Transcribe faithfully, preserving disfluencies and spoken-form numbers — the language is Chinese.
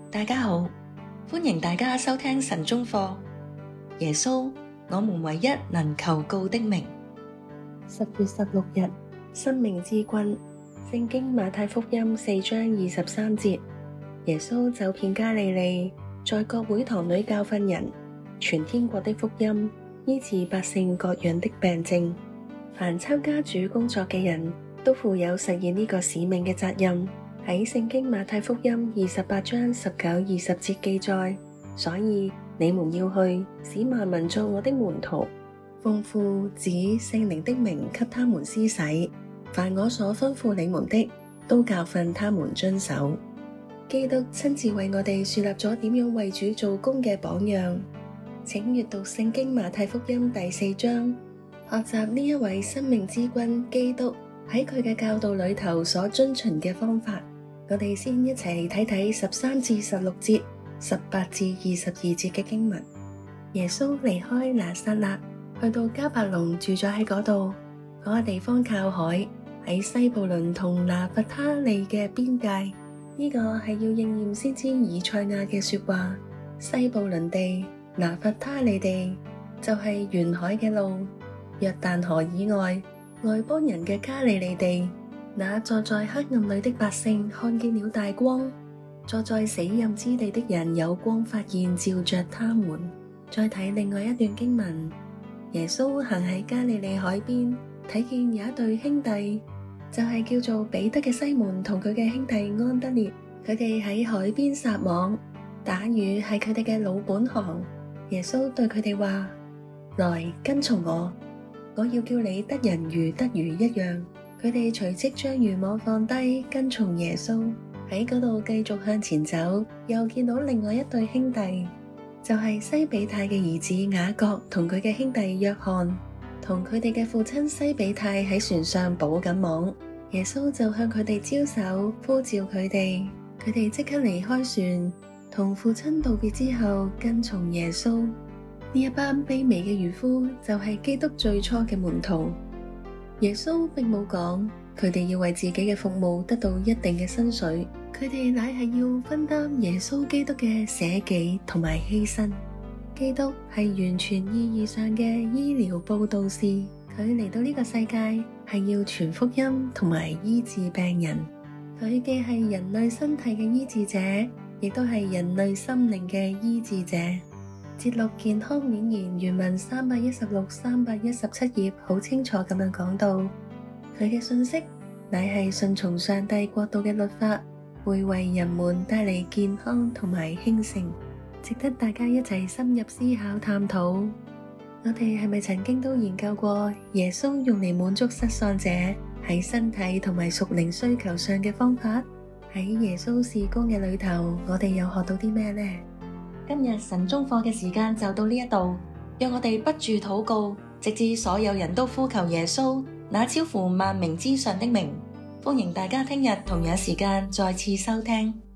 大家好，歡迎大家收聽神中課。耶穌，我們唯一能求告的名。 十月十六日，生命之君。聖經馬太福音四章二十三節，耶穌走遍加利利，在各會堂裏教訓人，傳天國的福音，醫治百姓各樣的病症。凡參加主工作嘅人都負有實現呢個使命嘅責任。喺聖經馬太福音二十八章十九、二十節記載，所以你們要去，使萬民作我的門徒，奉父子聖靈的名給他們施洗，凡我所吩咐你們的，都教訓他們遵守。基督親自為我哋樹立咗點樣為主做工嘅榜樣。請閱讀聖經馬太福音第四章，學習呢一位生命之君基督喺佢嘅教導裏頭所遵循嘅方法。我哋先一齊睇睇十三至十六節、十八至二十二節嘅經文。耶穌離開拿撒勒，去到迦百農住咗喺嗰度。嗰個地方靠海，喺西布倫同拿弗他利嘅邊界。呢個係要應驗先知以賽亞嘅說話。西布倫地、拿弗他利地就係沿海嘅路，約旦河以外外邦人嘅加利利地。那坐在黑暗裏的百姓看見了大光，坐在死蔭之地的人有光發現照着他們。再睇另外一段經文，耶穌行喺加利利海邊，睇見有一對兄弟，就係叫做彼得嘅西門同佢嘅兄弟安德烈，佢哋喺海邊撒網，打魚係佢哋嘅老本行。耶穌對佢哋話：來跟從我，我要叫你得人如得魚一樣。佢哋隨即將漁網放低，跟從耶穌喺嗰度繼續向前走。又見到另外一對兄弟，就係西比泰嘅兒子雅各同佢嘅兄弟約翰，同佢哋嘅父親西比泰喺船上補緊網。耶穌就向佢哋招手，呼召佢哋，佢哋即刻離開船，同父親道別之後，跟從耶穌。呢一班卑微嘅漁夫就係基督最初嘅門徒。耶穌並冇講佢哋要為自己嘅服務得到一定嘅薪水，佢哋乃係要分擔耶穌基督嘅捨己同埋犧牲。基督係完全意義上嘅醫療佈道士，佢嚟到呢個世界係要傳福音同埋醫治病人。佢既係人類身體嘅醫治者，亦都係人類心靈嘅醫治者。節錄健康勉言原文三百一十六、三百一十七頁好清楚咁樣講到，佢嘅信息乃係順從上帝國度嘅律法，會為人們帶嚟健康同埋興盛，值得大家一齊深入思考探討。我哋係咪曾經都研究過耶穌用嚟滿足失喪者喺身體同埋屬靈需求上嘅方法？喺耶穌事工嘅裏頭，我哋又學到啲咩呢？ 今日神中課嘅時間就到呢一度，讓我哋不住禱告，直至所有人都呼求耶穌，那超乎萬名之上的名。歡迎大家聽日同樣時間再次收聽。